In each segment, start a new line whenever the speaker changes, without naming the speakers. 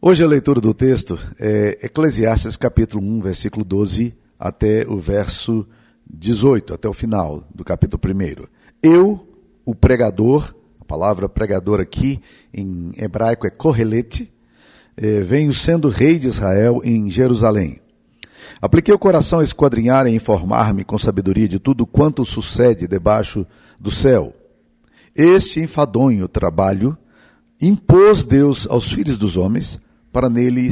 Hoje a leitura do texto é Eclesiastes capítulo 1, versículo 12 até o verso 18, até o final do capítulo 1. Eu, o pregador, a palavra pregador aqui em hebraico é Kohelete, venho sendo rei de Israel em Jerusalém. Apliquei o coração a esquadrinhar e informar-me com sabedoria de tudo quanto sucede debaixo do céu. Este enfadonho trabalho impôs Deus aos filhos dos homens para nele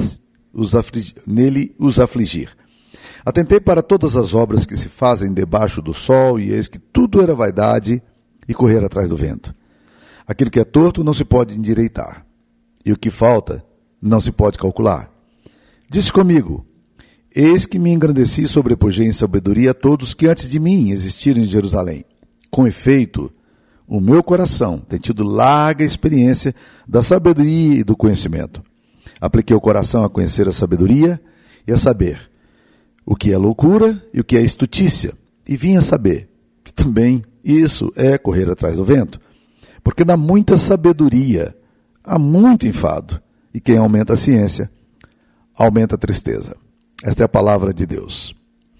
os afligir. Atentei para todas as obras que se fazem debaixo do sol, e eis que tudo era vaidade e correr atrás do vento. Aquilo que é torto não se pode endireitar, e o que falta não se pode calcular. Disse comigo: eis que me engrandeci e sobrepujei em sabedoria a todos que antes de mim existiram em Jerusalém. Com efeito, o meu coração tem tido larga experiência da sabedoria e do conhecimento. Apliquei o coração a conhecer a sabedoria e a saber o que é loucura e o que é estutícia, e vim a saber que também isso é correr atrás do vento. Porque na muita sabedoria há muito enfado, e quem aumenta a ciência, aumenta a tristeza. Esta é a palavra de Deus.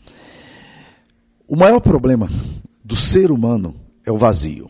O maior problema do ser humano é o vazio.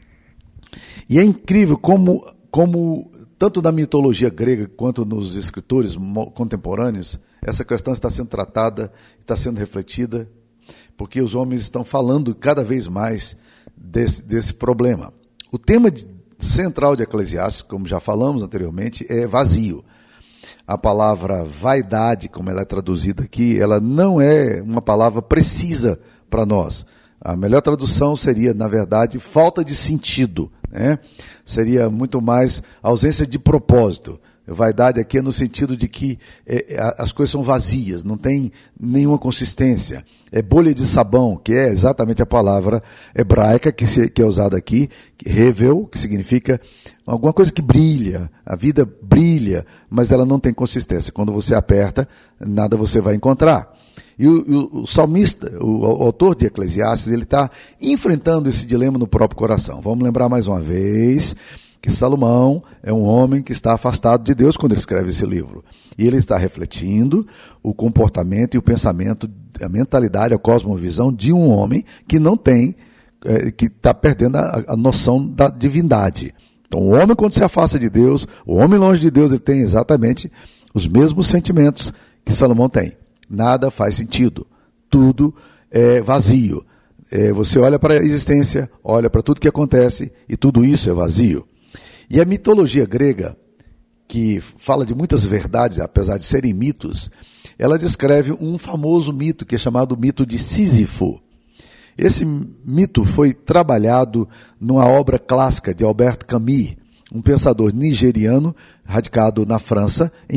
E é incrível como tanto na mitologia grega quanto nos escritores contemporâneos, essa questão está sendo tratada, está sendo refletida, porque os homens estão falando cada vez mais desse problema. O tema central de Eclesiastes, como já falamos anteriormente, é vazio. A palavra vaidade, como ela é traduzida aqui, ela não é uma palavra precisa para nós. A melhor tradução seria, na verdade, falta de sentido, né? Seria muito mais ausência de propósito. Vaidade aqui é no sentido de que as coisas são vazias, não tem nenhuma consistência. É bolha de sabão, que é exatamente a palavra hebraica que é usada aqui, revel, que significa alguma coisa que brilha, a vida brilha, mas ela não tem consistência. Quando você aperta, nada você vai encontrar. E o salmista, o autor de Eclesiastes, ele está enfrentando esse dilema no próprio coração. Vamos lembrar mais uma vez que Salomão é um homem que está afastado de Deus quando ele escreve esse livro. E ele está refletindo o comportamento e o pensamento, a mentalidade, a cosmovisão de um homem que não tem, que está perdendo a noção da divindade. Então o homem, quando se afasta de Deus, o homem longe de Deus, ele tem exatamente os mesmos sentimentos que Salomão tem. Nada faz sentido, tudo é vazio. Você olha para a existência, olha para tudo que acontece e tudo isso é vazio. E a mitologia grega, que fala de muitas verdades, apesar de serem mitos, ela descreve um famoso mito que é chamado mito de Sísifo. Esse mito foi trabalhado numa obra clássica de Albert Camus, um pensador nigeriano, radicado na França, em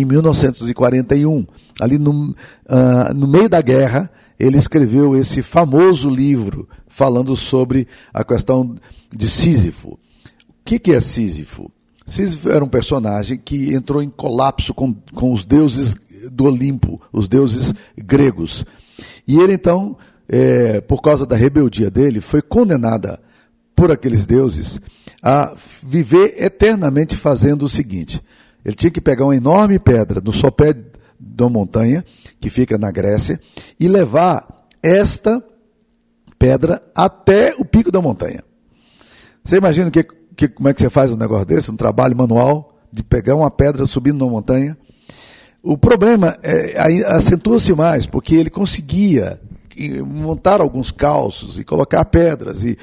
1941. Ali no meio da guerra, ele escreveu esse famoso livro falando sobre a questão de Sísifo. O que é Sísifo? Sísifo era um personagem que entrou em colapso com os deuses do Olimpo, os deuses gregos. E ele então, por causa da rebeldia dele, foi condenado por aqueles deuses a viver eternamente fazendo o seguinte: ele tinha que pegar uma enorme pedra no sopé de uma montanha, que fica na Grécia, e levar esta pedra até o pico da montanha. Você imagina como é que você faz um negócio desse, um trabalho manual, de pegar uma pedra subindo numa montanha? O problema acentua-se mais, porque ele conseguia montar alguns calços e colocar pedras e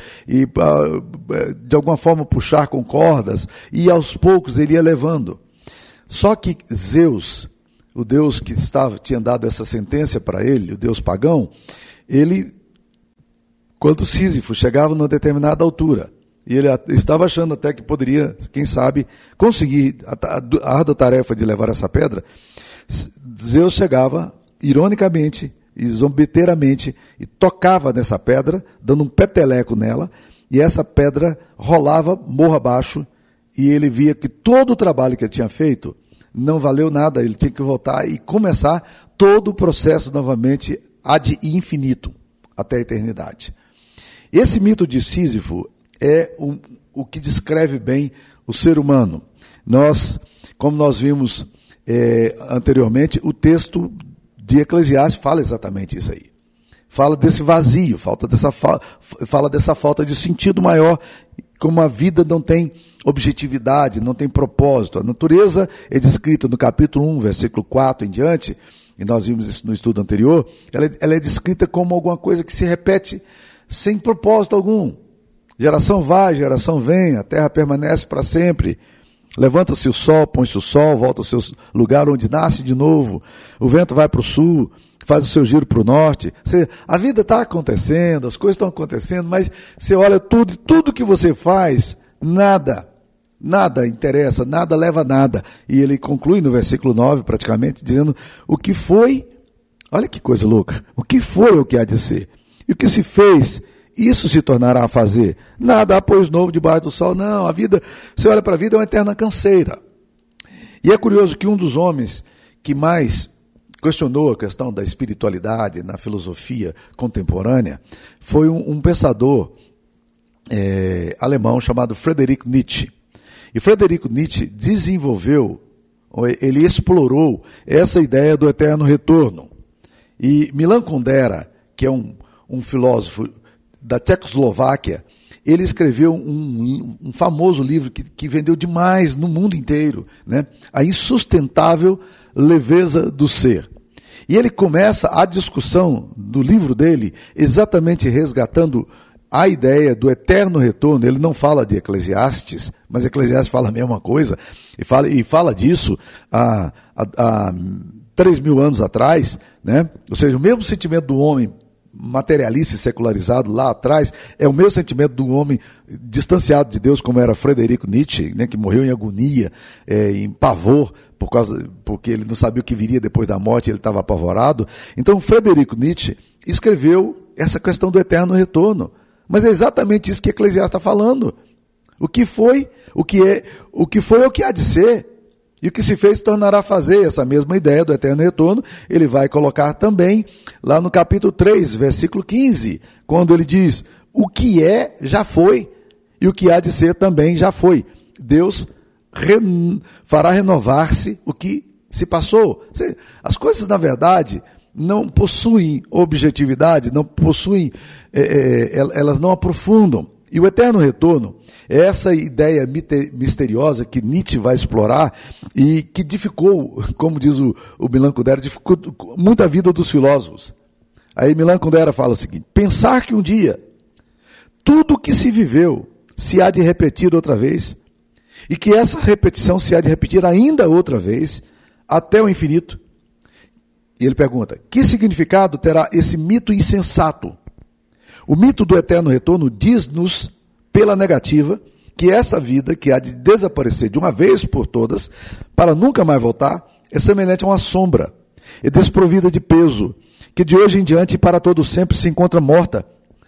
de alguma forma puxar com cordas, e aos poucos ele ia levando. Só que Zeus, o deus que tinha dado essa sentença para ele, o deus pagão, ele, quando Sísifo chegava numa determinada altura, e ele estava achando até que poderia, quem sabe, conseguir a árdua tarefa de levar essa pedra, Zeus chegava, ironicamente e zombeteiramente, e tocava nessa pedra, dando um peteleco nela, e essa pedra rolava morro abaixo, e ele via que todo o trabalho que ele tinha feito não valeu nada, ele tinha que voltar e começar todo o processo novamente ad infinito, até a eternidade. Esse mito de Sísifo é o que descreve bem o ser humano. Como nós vimos anteriormente, o texto de Eclesiastes fala exatamente isso aí. Fala desse vazio, fala dessa falta de sentido maior, como a vida não tem objetividade, não tem propósito. A natureza é descrita no capítulo 1, versículo 4 em diante, e nós vimos isso no estudo anterior, ela é descrita como alguma coisa que se repete sem propósito algum. Geração vai, geração vem, a terra permanece para sempre. Levanta-se o sol, põe-se o sol, volta ao seu lugar onde nasce de novo. O vento vai para o sul, faz o seu giro para o norte. A vida está acontecendo, as coisas estão acontecendo, mas você olha tudo que você faz, nada interessa, nada leva a nada. E ele conclui no versículo 9, praticamente, dizendo o que foi, olha que coisa louca, o que foi o que há de ser. E o que se fez, isso se tornará a fazer. Nada há, pois, novo debaixo do sol. Não, a vida, você olha para a vida, é uma eterna canseira. E é curioso que um dos homens que mais questionou a questão da espiritualidade na filosofia contemporânea foi um pensador alemão chamado Friedrich Nietzsche. E Friedrich Nietzsche desenvolveu, ele explorou essa ideia do eterno retorno. E Milan Kundera, que é um filósofo da Tchecoslováquia, ele escreveu um famoso livro que vendeu demais no mundo inteiro, né? A Insustentável Leveza do Ser. E ele começa a discussão do livro dele exatamente resgatando a ideia do eterno retorno. Ele não fala de Eclesiastes, mas Eclesiastes fala a mesma coisa, e fala disso há 3.000 anos atrás, né? Ou seja, o mesmo sentimento do homem materialista e secularizado lá atrás é o mesmo sentimento do homem distanciado de Deus, como era Friedrich Nietzsche, né, que morreu em agonia, em pavor, porque ele não sabia o que viria depois da morte, ele estava apavorado. Então Friedrich Nietzsche escreveu essa questão do eterno retorno. Mas é exatamente isso que Eclesiastes está falando. O que foi, o que é o que há de ser. E o que se fez tornará a fazer. Essa mesma ideia do eterno retorno, ele vai colocar também lá no capítulo 3, versículo 15, quando ele diz, o que é, já foi, e o que há de ser também já foi. Deus fará renovar-se o que se passou. As coisas, na verdade, não possuem objetividade, não possuem, elas não aprofundam. E o eterno retorno é essa ideia misteriosa que Nietzsche vai explorar e que dificultou, como diz o Milan Kundera, dificultou muito a vida dos filósofos. Aí Milan Kundera fala o seguinte, pensar que um dia tudo o que se viveu se há de repetir outra vez e que essa repetição se há de repetir ainda outra vez até o infinito. E ele pergunta, que significado terá esse mito insensato? O mito do eterno retorno diz-nos, pela negativa, que essa vida, que há de desaparecer de uma vez por todas, para nunca mais voltar, é semelhante a uma sombra, é desprovida de peso, que de hoje em diante e para todo sempre se encontra morta,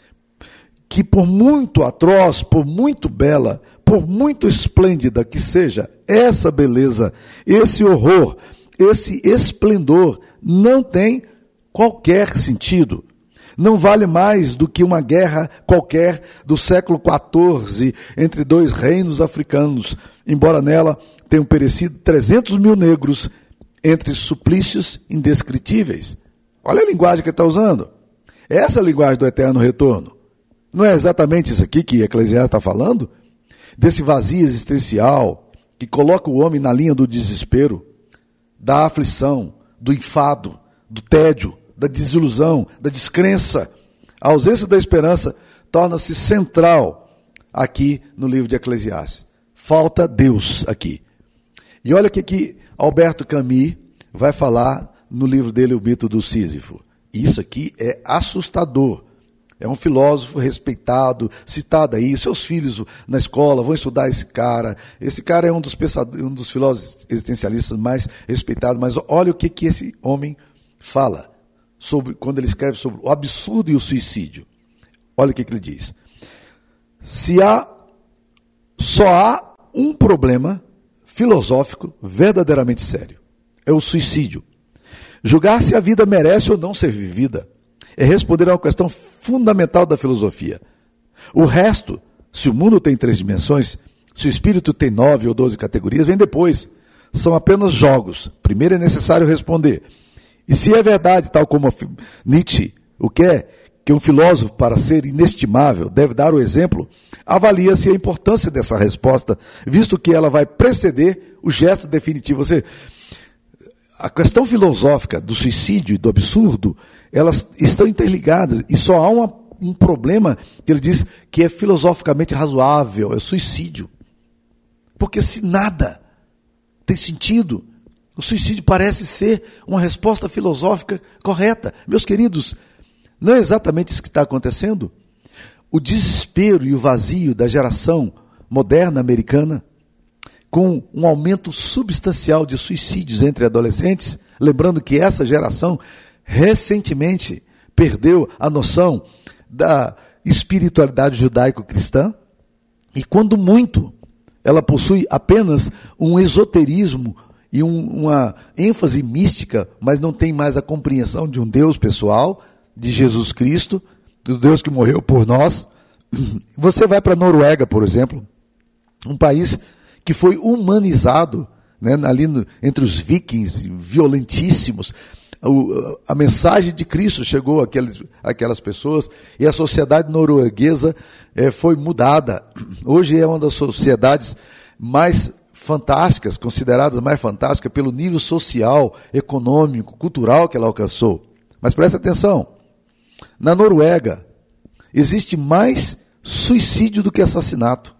que por muito atroz, por muito bela, por muito esplêndida que seja, essa beleza, esse horror, esse esplendor, não tem qualquer sentido. Não vale mais do que uma guerra qualquer do século XIV entre dois reinos africanos, embora nela tenham perecido 300 mil negros entre suplícios indescritíveis. Olha a linguagem que ele está usando. Essa é a linguagem do eterno retorno. Não é exatamente isso aqui que Eclesiastes está falando? Desse vazio existencial que coloca o homem na linha do desespero, da aflição, do enfado, do tédio, da desilusão, da descrença. A ausência da esperança torna-se central aqui no livro de Eclesiastes. Falta Deus aqui. E olha o que Alberto Camus vai falar no livro dele, O Mito do Sísifo. Isso aqui é assustador. É um filósofo respeitado, citado aí. Seus filhos na escola vão estudar esse cara. Esse cara é um dos filósofos existencialistas mais respeitados. Mas olha o que esse homem fala quando ele escreve sobre o absurdo e o suicídio. Olha o que ele diz. Só há um problema filosófico verdadeiramente sério. É o suicídio. Julgar se a vida merece ou não ser vivida é responder a uma questão fundamental da filosofia. O resto, se o mundo tem 3 dimensões, se o espírito tem 9 ou 12 categorias, vem depois. são apenas jogos. Primeiro é necessário responder. E se é verdade, tal como Nietzsche o quer, que um filósofo, para ser inestimável, deve dar o exemplo, avalia-se a importância dessa resposta, visto que ela vai preceder o gesto definitivo. Ou seja, a questão filosófica do suicídio e do absurdo, elas estão interligadas, e só há um problema que ele diz que é filosoficamente razoável, é o suicídio. Porque se nada tem sentido, o suicídio parece ser uma resposta filosófica correta. Meus queridos, não é exatamente isso que está acontecendo? O desespero e o vazio da geração moderna americana, com um aumento substancial de suicídios entre adolescentes, lembrando que essa geração recentemente perdeu a noção da espiritualidade judaico-cristã, e quando muito, ela possui apenas um esoterismo e uma ênfase mística, mas não tem mais a compreensão de um Deus pessoal, de Jesus Cristo, do Deus que morreu por nós. Você vai para a Noruega, por exemplo, um país que foi humanizado, né, ali entre os vikings, violentíssimos. A mensagem de Cristo chegou àquelas pessoas e a sociedade norueguesa foi mudada. Hoje é uma das sociedades mais fantásticas, consideradas mais fantásticas pelo nível social, econômico, cultural que ela alcançou. Mas presta atenção, na Noruega existe mais suicídio do que assassinato.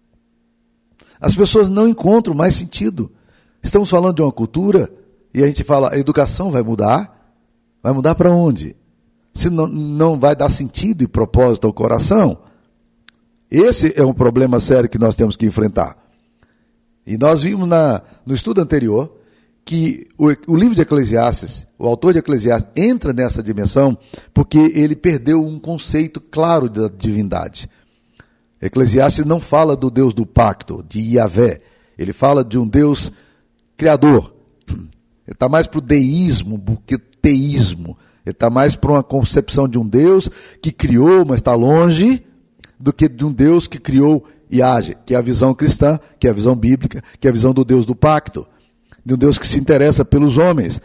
As pessoas não encontram mais sentido. Estamos falando de uma cultura e a gente fala, a educação vai mudar para onde? Se não vai dar sentido e propósito ao coração. Esse é um problema sério que nós temos que enfrentar. E nós vimos no estudo anterior que o livro de Eclesiastes, o autor de Eclesiastes, entra nessa dimensão porque ele perdeu um conceito claro da divindade. Eclesiastes não fala do Deus do pacto, de Yahvé. Ele fala de um Deus criador. Ele está mais para o deísmo do que teísmo. Ele está mais para uma concepção de um Deus que criou, mas está longe, do que de um Deus que criou e age, que é a visão cristã, que é a visão bíblica, que é a visão do Deus do pacto, de um Deus que se interessa pelos homens.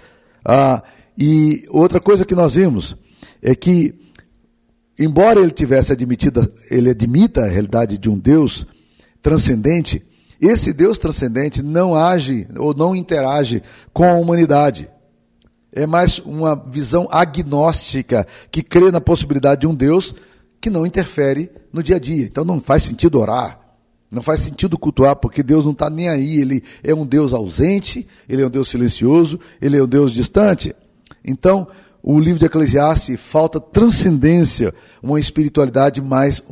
E outra coisa que nós vimos é que, embora ele admita a realidade de um Deus transcendente, esse Deus transcendente não age ou não interage com a humanidade. É mais uma visão agnóstica que crê na possibilidade de um Deus que não interfere no dia a dia. Então não faz sentido orar, não faz sentido cultuar, porque Deus não está nem aí. Ele é um Deus ausente, ele é um Deus silencioso, ele é um Deus distante. Então, o livro de Eclesiastes falta transcendência, uma espiritualidade mais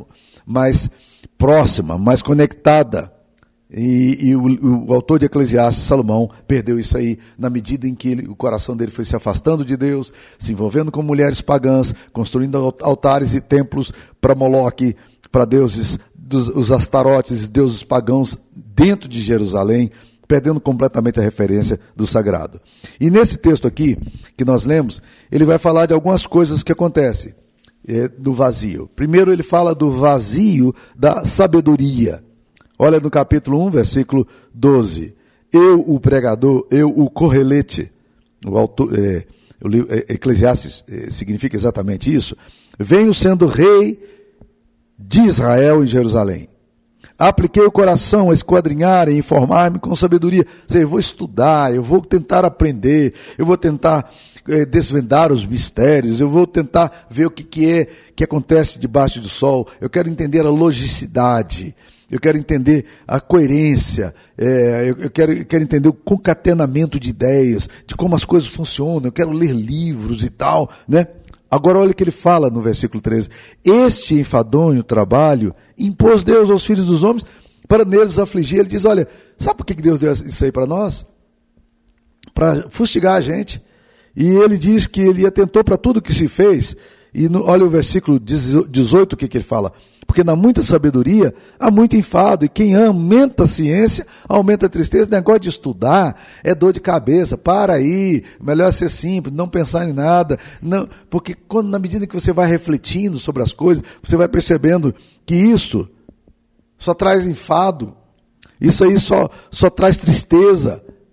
próxima, mais conectada. E o autor de Eclesiastes, Salomão, perdeu isso aí na medida em que o coração dele foi se afastando de Deus, se envolvendo com mulheres pagãs, construindo altares e templos para Moloque, para deuses, os astarotes, deuses pagãos dentro de Jerusalém, perdendo completamente a referência do sagrado. E nesse texto aqui, que nós lemos, ele vai falar de algumas coisas que acontecem do vazio. Primeiro ele fala do vazio da sabedoria. Olha no capítulo 1, versículo 12. Eu, o pregador, eu, o correlete, o autor, Eclesiastes significa exatamente isso. Venho sendo rei de Israel em Jerusalém. Apliquei o coração a esquadrinhar e informar-me com sabedoria. Ou seja, eu vou estudar, eu vou tentar aprender, eu vou tentar desvendar os mistérios, eu vou tentar ver o que acontece debaixo do sol. Eu quero entender a logicidade. Eu quero entender a coerência, eu quero entender o concatenamento de ideias, de como as coisas funcionam, eu quero ler livros e tal, né? Agora olha o que ele fala no versículo 13. Este enfadonho trabalho impôs Deus aos filhos dos homens para neles afligir. Ele diz, olha, sabe por que Deus deu isso aí para nós? Para fustigar a gente. E ele diz que ele atentou para tudo que se fez. E olha o versículo 18, o que ele fala. Porque na muita sabedoria há muito enfado, e quem aumenta a ciência, aumenta a tristeza. O negócio de estudar é dor de cabeça, para aí, melhor ser simples, não pensar em nada. Não, porque na medida que você vai refletindo sobre as coisas, você vai percebendo que isso só traz enfado, isso aí só traz tristeza.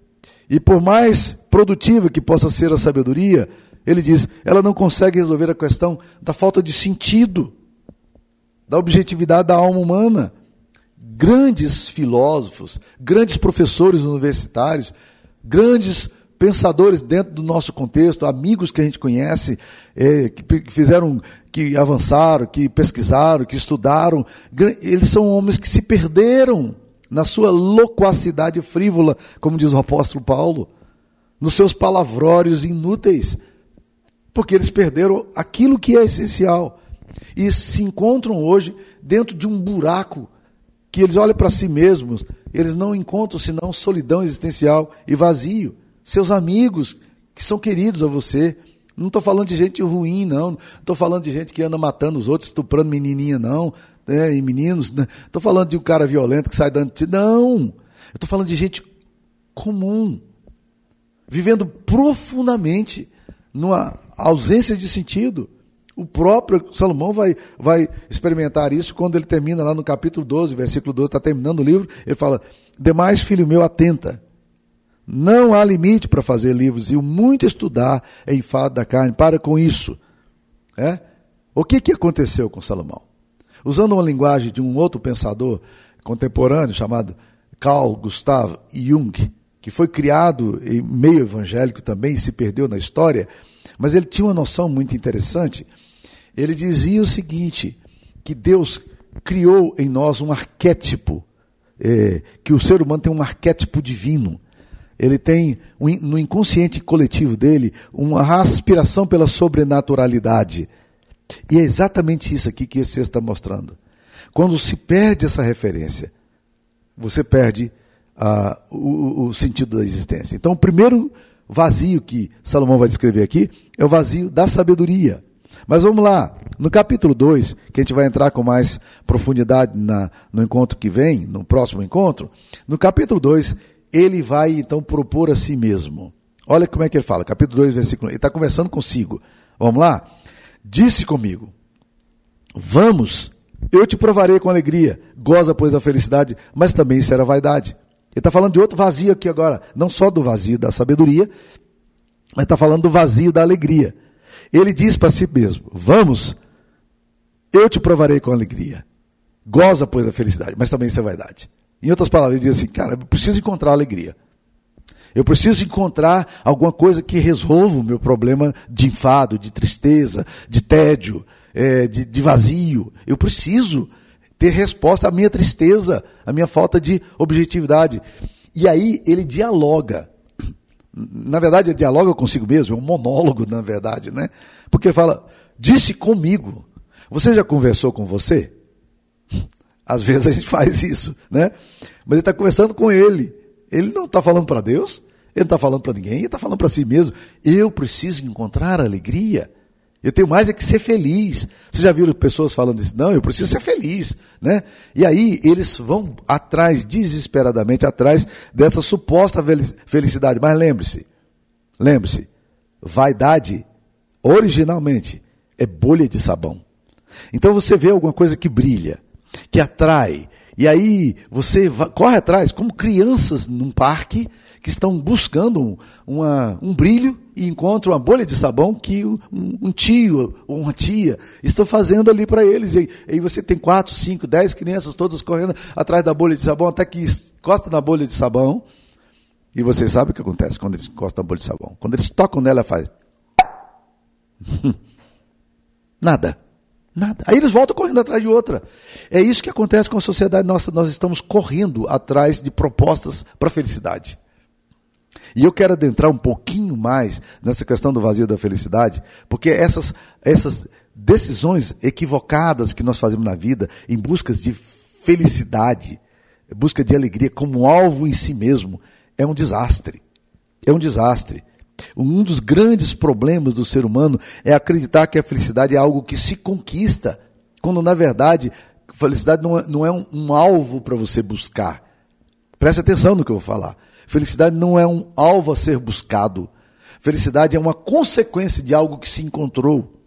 E por mais produtiva que possa ser a sabedoria, ele diz, ela não consegue resolver a questão da falta de sentido, da objetividade da alma humana. Grandes filósofos, grandes professores universitários, grandes pensadores dentro do nosso contexto, amigos que a gente conhece, que fizeram, que avançaram, que pesquisaram, que estudaram, eles são homens que se perderam na sua loquacidade frívola, como diz o apóstolo Paulo, nos seus palavrórios inúteis, porque eles perderam aquilo que é essencial e se encontram hoje dentro de um buraco que eles olham para si mesmos, eles não encontram senão solidão existencial e vazio. Seus amigos, que são queridos a você, não estou falando de gente ruim, não estou falando de gente que anda matando os outros, estuprando menininha, não, e meninos, estou falando de um cara violento que sai dando tiro, não, eu estou falando de gente comum, vivendo profundamente numa ausência de sentido. O próprio Salomão vai experimentar isso quando ele termina lá no capítulo 12, versículo 12, está terminando o livro, ele fala, demais, filho meu, atenta, não há limite para fazer livros, e o muito estudar é enfado da carne, para com isso. O que aconteceu com Salomão? Usando uma linguagem de um outro pensador contemporâneo, chamado Carl Gustav Jung, que foi criado em meio evangélico também, e se perdeu na história, mas ele tinha uma noção muito interessante. Ele dizia o seguinte, que Deus criou em nós um arquétipo, que o ser humano tem um arquétipo divino. Ele tem, no inconsciente coletivo dele, uma aspiração pela sobrenaturalidade. E é exatamente isso aqui que esse texto está mostrando. Quando se perde essa referência, você perde o sentido da existência. Então, o primeiro vazio que Salomão vai descrever aqui é o vazio da sabedoria. Mas vamos lá, no capítulo 2, que a gente vai entrar com mais profundidade no encontro que vem, no próximo encontro, no capítulo 2, ele vai então propor a si mesmo. Olha como é que ele fala, capítulo 2, versículo 1, ele está conversando consigo. Vamos lá? Disse comigo, vamos, eu te provarei com alegria, goza pois da felicidade, mas também será vaidade. Ele está falando de outro vazio aqui agora, não só do vazio da sabedoria, mas está falando do vazio da alegria. Ele diz para si mesmo, vamos, eu te provarei com alegria, goza pois da felicidade, mas também será vaidade. Em outras palavras, ele diz assim, cara, eu preciso encontrar alegria. Eu preciso encontrar alguma coisa que resolva o meu problema de enfado, de tristeza, de tédio, de vazio. Eu preciso ter resposta à minha tristeza, à minha falta de objetividade. E aí ele dialoga. Na verdade, ele dialoga consigo mesmo, é um monólogo, na verdade, né? Porque ele fala, disse comigo. Você já conversou com você? Às vezes a gente faz isso, né? Mas ele está conversando com ele. Ele não está falando para Deus, ele não está falando para ninguém, ele está falando para si mesmo. Eu preciso encontrar alegria. Eu tenho mais é que ser feliz. Vocês já viram pessoas falando isso? Não, eu preciso ser feliz, né? E aí eles vão atrás, desesperadamente atrás dessa suposta felicidade. Mas lembre-se, vaidade, originalmente, é bolha de sabão. Então você vê alguma coisa que brilha, que atrai, e aí você corre atrás, como crianças num parque, que estão buscando um brilho e encontram uma bolha de sabão que um tio ou uma tia estão fazendo ali para eles. E aí você tem 4, 5, 10 crianças todas correndo atrás da bolha de sabão, até que encosta na bolha de sabão. E você sabe o que acontece quando eles encostam na bolha de sabão? Quando eles tocam nela, faz... Nada. Aí eles voltam correndo atrás de outra. É isso que acontece com a sociedade nossa. Nós estamos correndo atrás de propostas para a felicidade. E eu quero adentrar um pouquinho mais nessa questão do vazio da felicidade, porque essas decisões equivocadas que nós fazemos na vida, em busca de felicidade, em busca de alegria como alvo em si mesmo, é um desastre. É um desastre. Um dos grandes problemas do ser humano é acreditar que a felicidade é algo que se conquista, quando na verdade a felicidade não é um alvo para você buscar. Preste atenção no que eu vou falar. Felicidade não é um alvo a ser buscado. Felicidade é uma consequência de algo que se encontrou.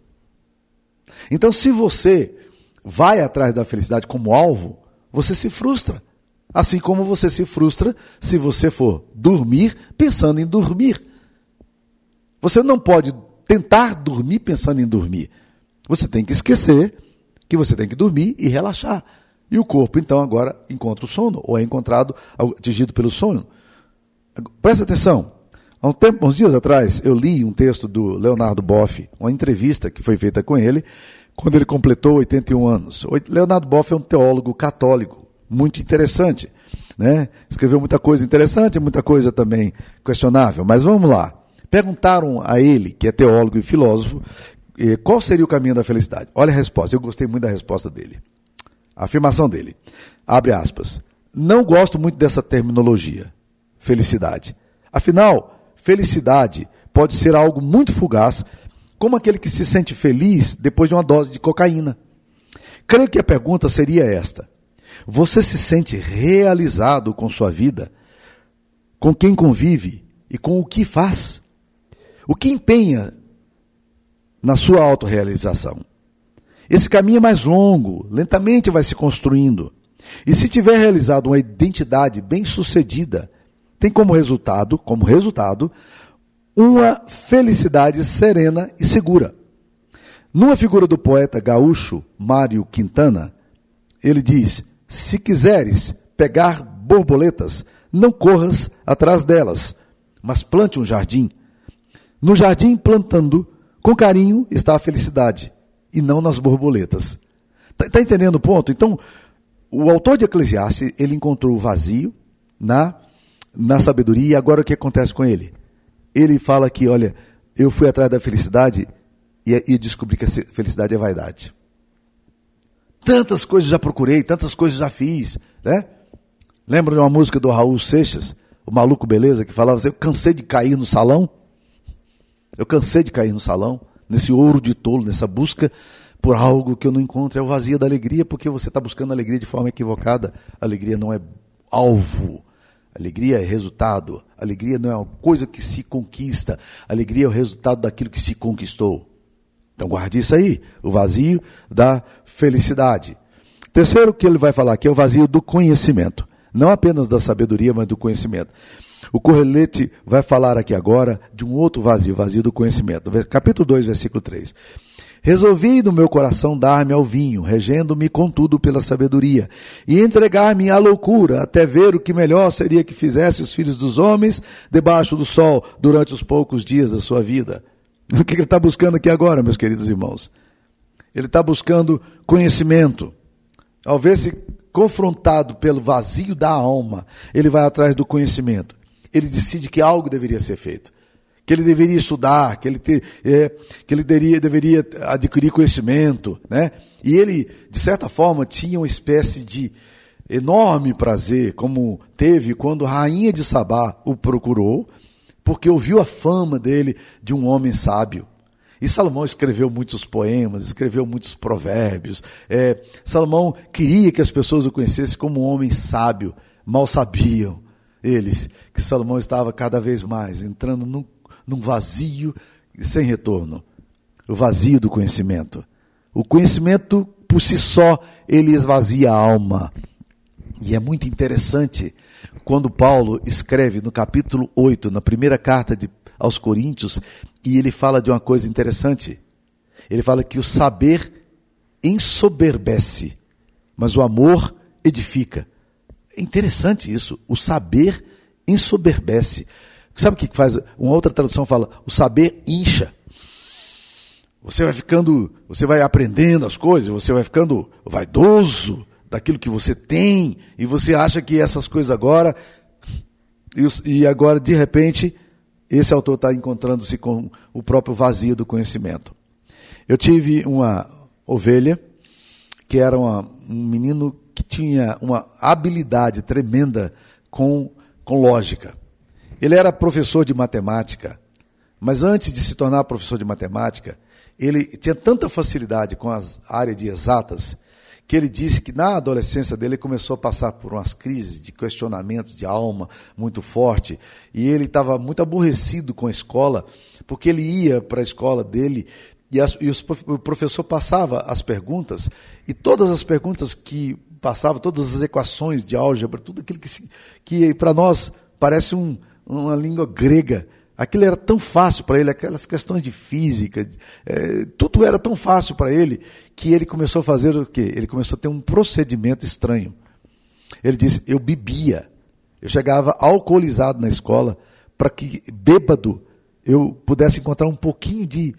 Então, se você vai atrás da felicidade como alvo, você se frustra. Assim como você se frustra se você for dormir pensando em dormir. Você não pode tentar dormir pensando em dormir. Você tem que esquecer que você tem que dormir e relaxar. E o corpo, então, agora encontra o sono, ou é atingido pelo sono. Presta atenção. Há uns dias atrás, eu li um texto do Leonardo Boff, uma entrevista que foi feita com ele, quando ele completou 81 anos. Leonardo Boff é um teólogo católico, muito interessante, né? Escreveu muita coisa interessante, muita coisa também questionável. Mas vamos lá. Perguntaram a ele, que é teólogo e filósofo, qual seria o caminho da felicidade. Olha a resposta, eu gostei muito da resposta dele. A afirmação dele, abre aspas, não gosto muito dessa terminologia, felicidade. Afinal, felicidade pode ser algo muito fugaz, como aquele que se sente feliz depois de uma dose de cocaína. Creio que a pergunta seria esta: você se sente realizado com sua vida, com quem convive e com o que faz? O que empenha na sua autorrealização? Esse caminho é mais longo, lentamente vai se construindo. E se tiver realizado uma identidade bem-sucedida, tem como resultado, uma felicidade serena e segura. Numa figura do poeta gaúcho Mário Quintana, ele diz: se quiseres pegar borboletas, não corras atrás delas, mas plante um jardim. No jardim, plantando com carinho, está a felicidade, e não nas borboletas. Está entendendo o ponto? Então, o autor de Eclesiastes, ele encontrou o vazio na sabedoria, e agora o que acontece com ele? Ele fala que, olha, eu fui atrás da felicidade e descobri que a felicidade é vaidade. Tantas coisas já procurei, tantas coisas já fiz, né? Lembra de uma música do Raul Seixas, o Maluco Beleza, que falava assim: eu cansei de cair no salão, nesse ouro de tolo, nessa busca por algo que eu não encontro, é o vazio da alegria, porque você está buscando alegria de forma equivocada. A alegria não é alvo, alegria é resultado, alegria não é uma coisa que se conquista, alegria é o resultado daquilo que se conquistou. Então guarde isso aí, o vazio da felicidade. Terceiro que ele vai falar aqui é o vazio do conhecimento, não apenas da sabedoria, mas do conhecimento. O Correlete vai falar aqui agora de um outro vazio, vazio do conhecimento. Capítulo 2, versículo 3. Resolvi no meu coração dar-me ao vinho, regendo-me contudo pela sabedoria, e entregar-me à loucura, até ver o que melhor seria que fizesse os filhos dos homens debaixo do sol, durante os poucos dias da sua vida. O que ele está buscando aqui agora, meus queridos irmãos? Ele está buscando conhecimento. Ao ver-se confrontado pelo vazio da alma, ele vai atrás do conhecimento. Ele decide que algo deveria ser feito, que ele deveria estudar, que ele deveria adquirir conhecimento, né? E ele, de certa forma, tinha uma espécie de enorme prazer, como teve quando a rainha de Sabá o procurou, porque ouviu a fama dele de um homem sábio. E Salomão escreveu muitos poemas, escreveu muitos provérbios. Salomão queria que as pessoas o conhecessem como um homem sábio. Mal sabiam eles que Salomão estava cada vez mais entrando num vazio sem retorno. O vazio do conhecimento. O conhecimento, por si só, ele esvazia a alma. E é muito interessante quando Paulo escreve no capítulo 8, na primeira carta aos Coríntios, e ele fala de uma coisa interessante. Ele fala que o saber ensoberbece, mas o amor edifica. É interessante isso, o saber ensoberbece. Sabe o que faz? Uma outra tradução fala, o saber incha. Você vai aprendendo as coisas, você vai ficando vaidoso daquilo que você tem, e você acha que essas coisas agora, e agora de repente, esse autor está encontrando-se com o próprio vazio do conhecimento. Eu tive uma ovelha, que era um menino que tinha uma habilidade tremenda com lógica. Ele era professor de matemática, mas antes de se tornar professor de matemática, ele tinha tanta facilidade com as áreas de exatas, que ele disse que na adolescência dele ele começou a passar por umas crises de questionamentos de alma muito forte, e ele estava muito aborrecido com a escola, porque ele ia para a escola dele e o professor passava as perguntas, e todas as perguntas que passava todas as equações de álgebra, tudo aquilo que para nós parece uma língua grega. Aquilo era tão fácil para ele, aquelas questões de física, tudo era tão fácil para ele, que ele começou a fazer o quê? Ele começou a ter um procedimento estranho. Ele disse, eu bebia, eu chegava alcoolizado na escola, para que, bêbado, eu pudesse encontrar um pouquinho de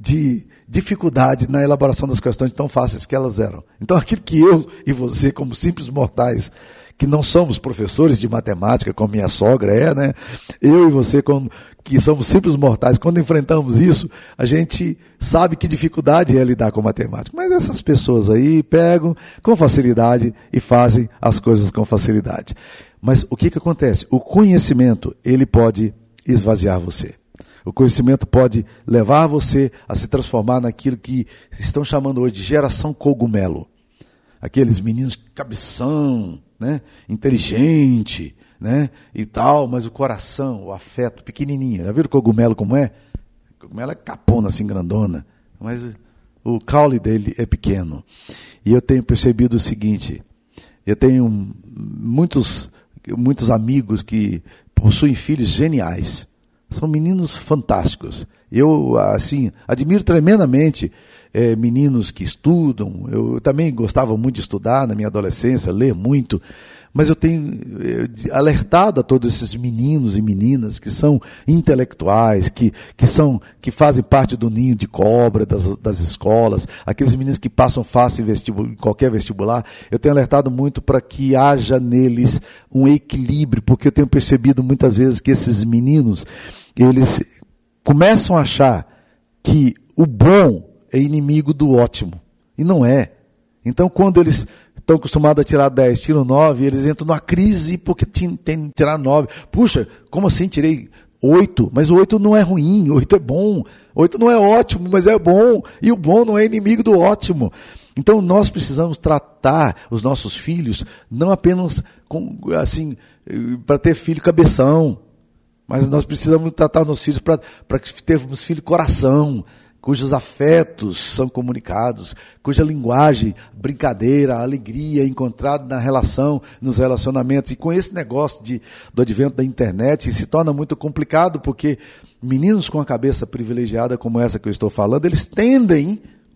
dificuldade na elaboração das questões tão fáceis que elas eram. Então, aquilo que eu e você, como simples mortais, que não somos professores de matemática, como minha sogra né? Eu e você, que somos simples mortais, quando enfrentamos isso, a gente sabe que dificuldade é lidar com matemática. Mas essas pessoas aí pegam com facilidade e fazem as coisas com facilidade. Mas o que acontece? O conhecimento, ele pode esvaziar você. O conhecimento pode levar você a se transformar naquilo que estão chamando hoje de geração cogumelo. Aqueles meninos cabeção, né? Inteligente, né? E tal, mas o coração, o afeto, pequenininho. Já viram o cogumelo como é? O cogumelo é capona, assim, grandona, mas o caule dele é pequeno. E eu tenho percebido o seguinte, eu tenho muitos amigos que possuem filhos geniais. São meninos fantásticos. Eu, assim, admiro tremendamente meninos que estudam. Eu também gostava muito de estudar na minha adolescência, ler muito. Mas eu tenho alertado a todos esses meninos e meninas que são intelectuais, que fazem parte do ninho de cobra das escolas, aqueles meninos que passam fácil em qualquer vestibular. Eu tenho alertado muito para que haja neles um equilíbrio, porque eu tenho percebido muitas vezes que esses meninos, eles começam a achar que o bom é inimigo do ótimo. E não é. Então, quando eles estão acostumados a tirar 10, tiram 9, eles entram numa crise porque tem que tirar 9. Puxa, como assim tirei 8? Mas o 8 não é ruim, o 8 é bom. 8 não é ótimo, mas é bom. E o bom não é inimigo do ótimo. Então, nós precisamos tratar os nossos filhos não apenas para ter filho cabeção, mas nós precisamos tratar os nossos filhos para que termos filho coração, cujos afetos são comunicados, cuja linguagem, brincadeira, alegria é encontrada na relação, nos relacionamentos. E com esse negócio do advento da internet, se torna muito complicado, porque meninos com a cabeça privilegiada como essa que eu estou falando, eles tendem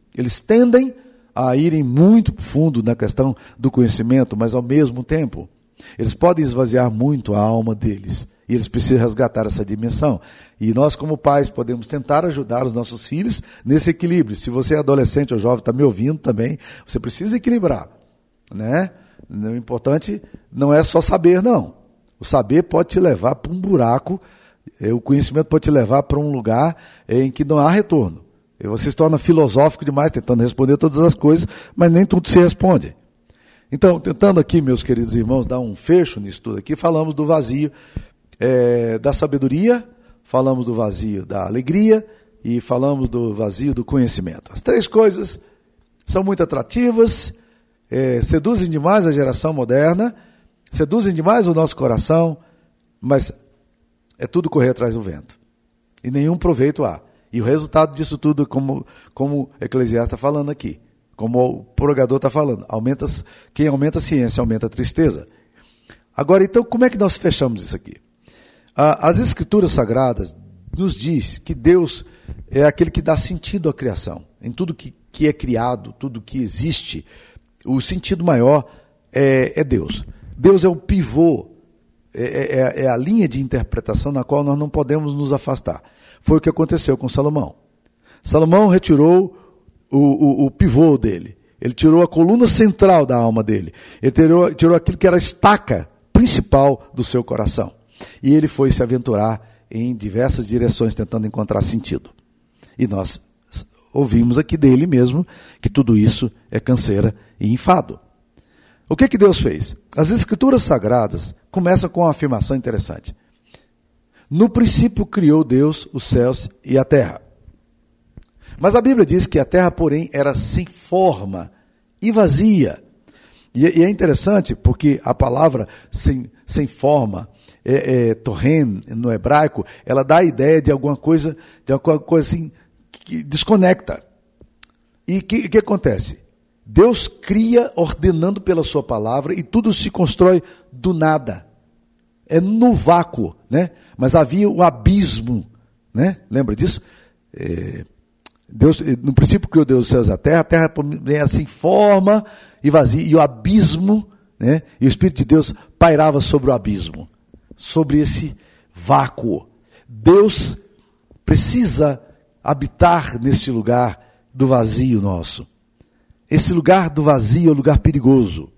a irem muito fundo na questão do conhecimento, mas ao mesmo tempo, eles podem esvaziar muito a alma deles. E eles precisam resgatar essa dimensão. E nós, como pais, podemos tentar ajudar os nossos filhos nesse equilíbrio. Se você é adolescente ou jovem, está me ouvindo também, você precisa equilibrar. Né? O importante não é só saber, não. O saber pode te levar para um buraco, o conhecimento pode te levar para um lugar em que não há retorno. E você se torna filosófico demais, tentando responder todas as coisas, mas nem tudo se responde. Então, tentando aqui, meus queridos irmãos, dar um fecho nisso tudo aqui, falamos do vazio da sabedoria, falamos do vazio da alegria e falamos do vazio do conhecimento. As três coisas são muito atrativas, seduzem demais a geração moderna, seduzem demais o nosso coração, mas é tudo correr atrás do vento. E nenhum proveito há. E o resultado disso tudo, como o Eclesiastes está falando aqui, como o pregador está falando, quem aumenta a ciência, aumenta a tristeza. Agora, então, como é que nós fechamos isso aqui? As Escrituras Sagradas nos diz que Deus é aquele que dá sentido à criação. Em tudo que é criado, tudo que existe, o sentido maior é Deus. Deus é o pivô, é a linha de interpretação na qual nós não podemos nos afastar. Foi o que aconteceu com Salomão. Salomão retirou o pivô dele. Ele tirou a coluna central da alma dele. Ele tirou aquilo que era a estaca principal do seu coração. E ele foi se aventurar em diversas direções, tentando encontrar sentido. E nós ouvimos aqui dele mesmo que tudo isso é canseira e enfado. O que Deus fez? As Escrituras Sagradas começam com uma afirmação interessante. No princípio criou Deus os céus e a terra. Mas a Bíblia diz que a terra, porém, era sem forma e vazia. E é interessante porque a palavra sem forma, torren, no hebraico, ela dá a ideia de alguma coisa assim, que desconecta. E o que acontece? Deus cria ordenando pela sua palavra e tudo se constrói do nada. É no vácuo, né? Mas havia o abismo, né? Lembra disso? Deus, no princípio criou Deus os céus e a terra era sem forma e vazia, e o abismo, né? E o Espírito de Deus pairava sobre o abismo, sobre esse vácuo. Deus precisa habitar nesse lugar do vazio nosso. Esse lugar do vazio é um lugar perigoso.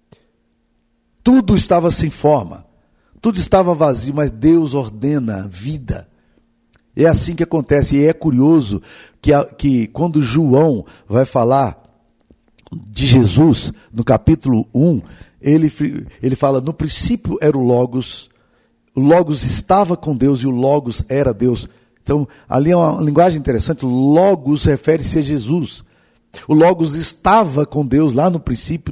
Tudo estava sem forma, tudo estava vazio, mas Deus ordena vida. É assim que acontece, e é curioso que quando João vai falar de Jesus, no capítulo 1, ele fala, no princípio era o Logos estava com Deus e o Logos era Deus. Então, ali é uma linguagem interessante, Logos refere-se a Jesus. O Logos estava com Deus lá no princípio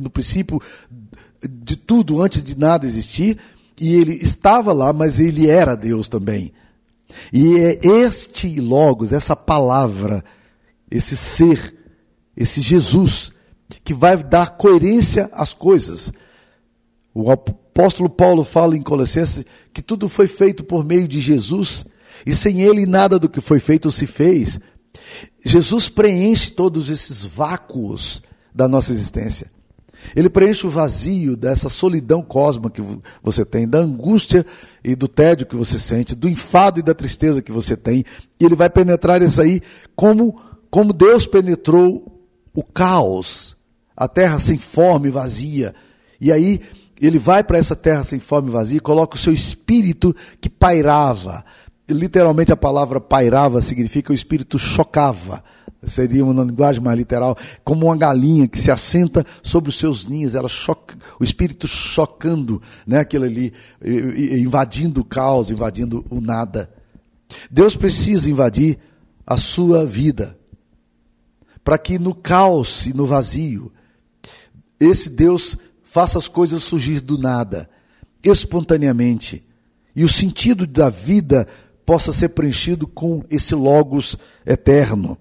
de tudo, antes de nada existir, e ele estava lá, mas ele era Deus também. E é este Logos, essa palavra, esse ser, esse Jesus, que vai dar coerência às coisas. O apóstolo Paulo fala em Colossenses que tudo foi feito por meio de Jesus, e sem ele nada do que foi feito se fez. Jesus preenche todos esses vácuos da nossa existência. Ele preenche o vazio dessa solidão cósmica que você tem, da angústia e do tédio que você sente, do enfado e da tristeza que você tem. E ele vai penetrar isso aí como Deus penetrou o caos, a terra sem forma e vazia. E aí ele vai para essa terra sem forma e vazia e coloca o seu espírito que pairava. Literalmente a palavra pairava significa o espírito chocava. Seria uma linguagem mais literal, como uma galinha que se assenta sobre os seus ninhos, ela choca, o espírito chocando, né, aquilo ali, invadindo o caos, invadindo o nada. Deus precisa invadir a sua vida, para que no caos e no vazio, esse Deus faça as coisas surgir do nada, espontaneamente, e o sentido da vida possa ser preenchido com esse Logos eterno.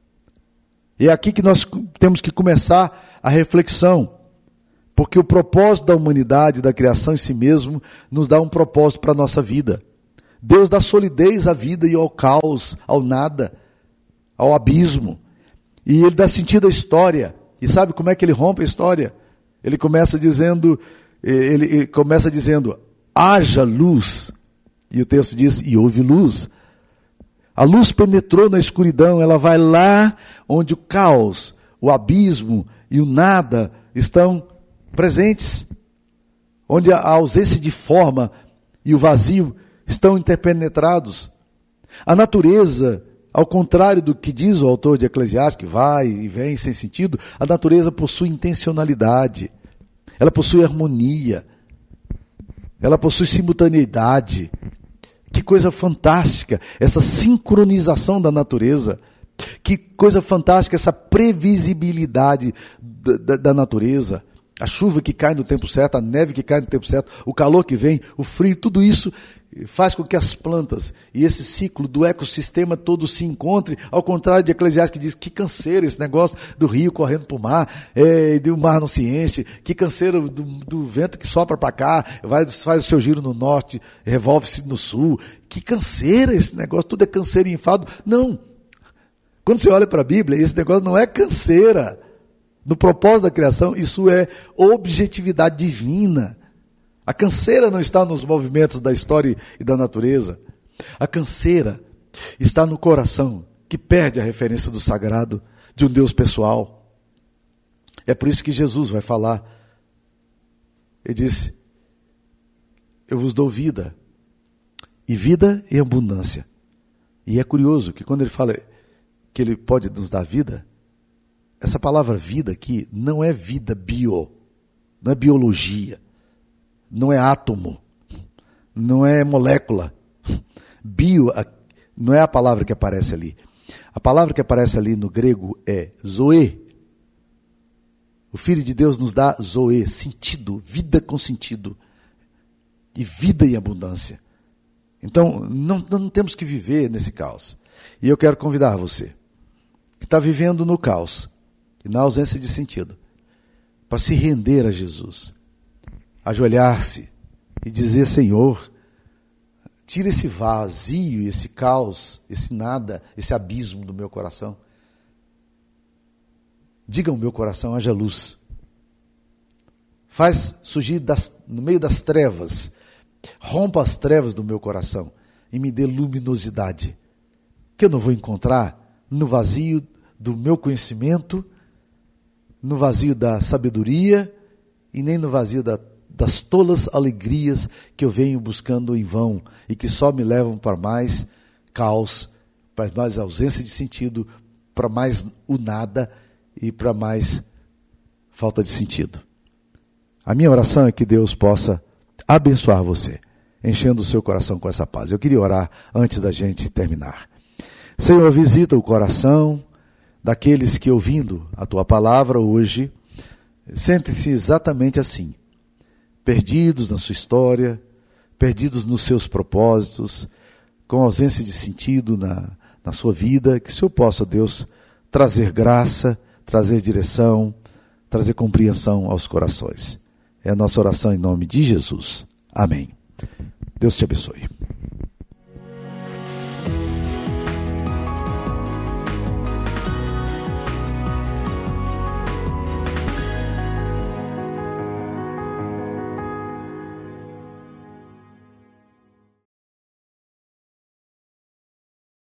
E é aqui que nós temos que começar a reflexão, porque o propósito da humanidade, da criação em si mesmo, nos dá um propósito para a nossa vida. Deus dá solidez à vida e ao caos, ao nada, ao abismo. E Ele dá sentido à história. E sabe como é que Ele rompe a história? Ele começa dizendo, haja luz. E o texto diz, e houve luz. A luz penetrou na escuridão, ela vai lá onde o caos, o abismo e o nada estão presentes. Onde a ausência de forma e o vazio estão interpenetrados. A natureza, ao contrário do que diz o autor de Eclesiastes, que vai e vem sem sentido, a natureza possui intencionalidade, ela possui harmonia, ela possui simultaneidade. Que coisa fantástica, essa sincronização da natureza. Que coisa fantástica essa previsibilidade da natureza. A chuva que cai no tempo certo, a neve que cai no tempo certo, o calor que vem, o frio, tudo isso faz com que as plantas e esse ciclo do ecossistema todo se encontre, ao contrário de Eclesiastes que diz que canseiro esse negócio do rio correndo para o mar, e o mar não se enche, que canseiro do vento que sopra para cá, faz o seu giro no norte, revolve-se no sul, que canseira esse negócio, tudo é canseiro e enfado. Não, quando você olha para a Bíblia, esse negócio não é canseira. No propósito da criação, isso é objetividade divina. A canseira não está nos movimentos da história e da natureza. A canseira está no coração, que perde a referência do sagrado, de um Deus pessoal. É por isso que Jesus vai falar. Ele disse, eu vos dou vida, e vida em abundância. E é curioso que quando ele fala que ele pode nos dar vida, essa palavra vida aqui não é vida bio, não é biologia, não é átomo, não é molécula. Bio não é a palavra que aparece ali. A palavra que aparece ali no grego é zoe. O Filho de Deus nos dá zoe, sentido, vida com sentido. E vida em abundância. Então, não temos que viver nesse caos. E eu quero convidar você, que está vivendo no caos, e na ausência de sentido, para se render a Jesus, ajoelhar-se e dizer: Senhor, tira esse vazio, esse caos, esse nada, esse abismo do meu coração. Diga ao meu coração: haja luz. Faz surgir no meio das trevas, rompa as trevas do meu coração e me dê luminosidade, que eu não vou encontrar no vazio do meu conhecimento, no vazio da sabedoria e nem no vazio das tolas alegrias que eu venho buscando em vão e que só me levam para mais caos, para mais ausência de sentido, para mais o nada e para mais falta de sentido. A minha oração é que Deus possa abençoar você, enchendo o seu coração com essa paz. Eu queria orar antes da gente terminar. Senhor, visita o coração daqueles que, ouvindo a Tua palavra hoje, sentem-se exatamente assim, perdidos na sua história, perdidos nos seus propósitos, com ausência de sentido na sua vida. Que o Senhor possa, Deus, trazer graça, trazer direção, trazer compreensão aos corações. É a nossa oração em nome de Jesus. Amém. Deus te abençoe.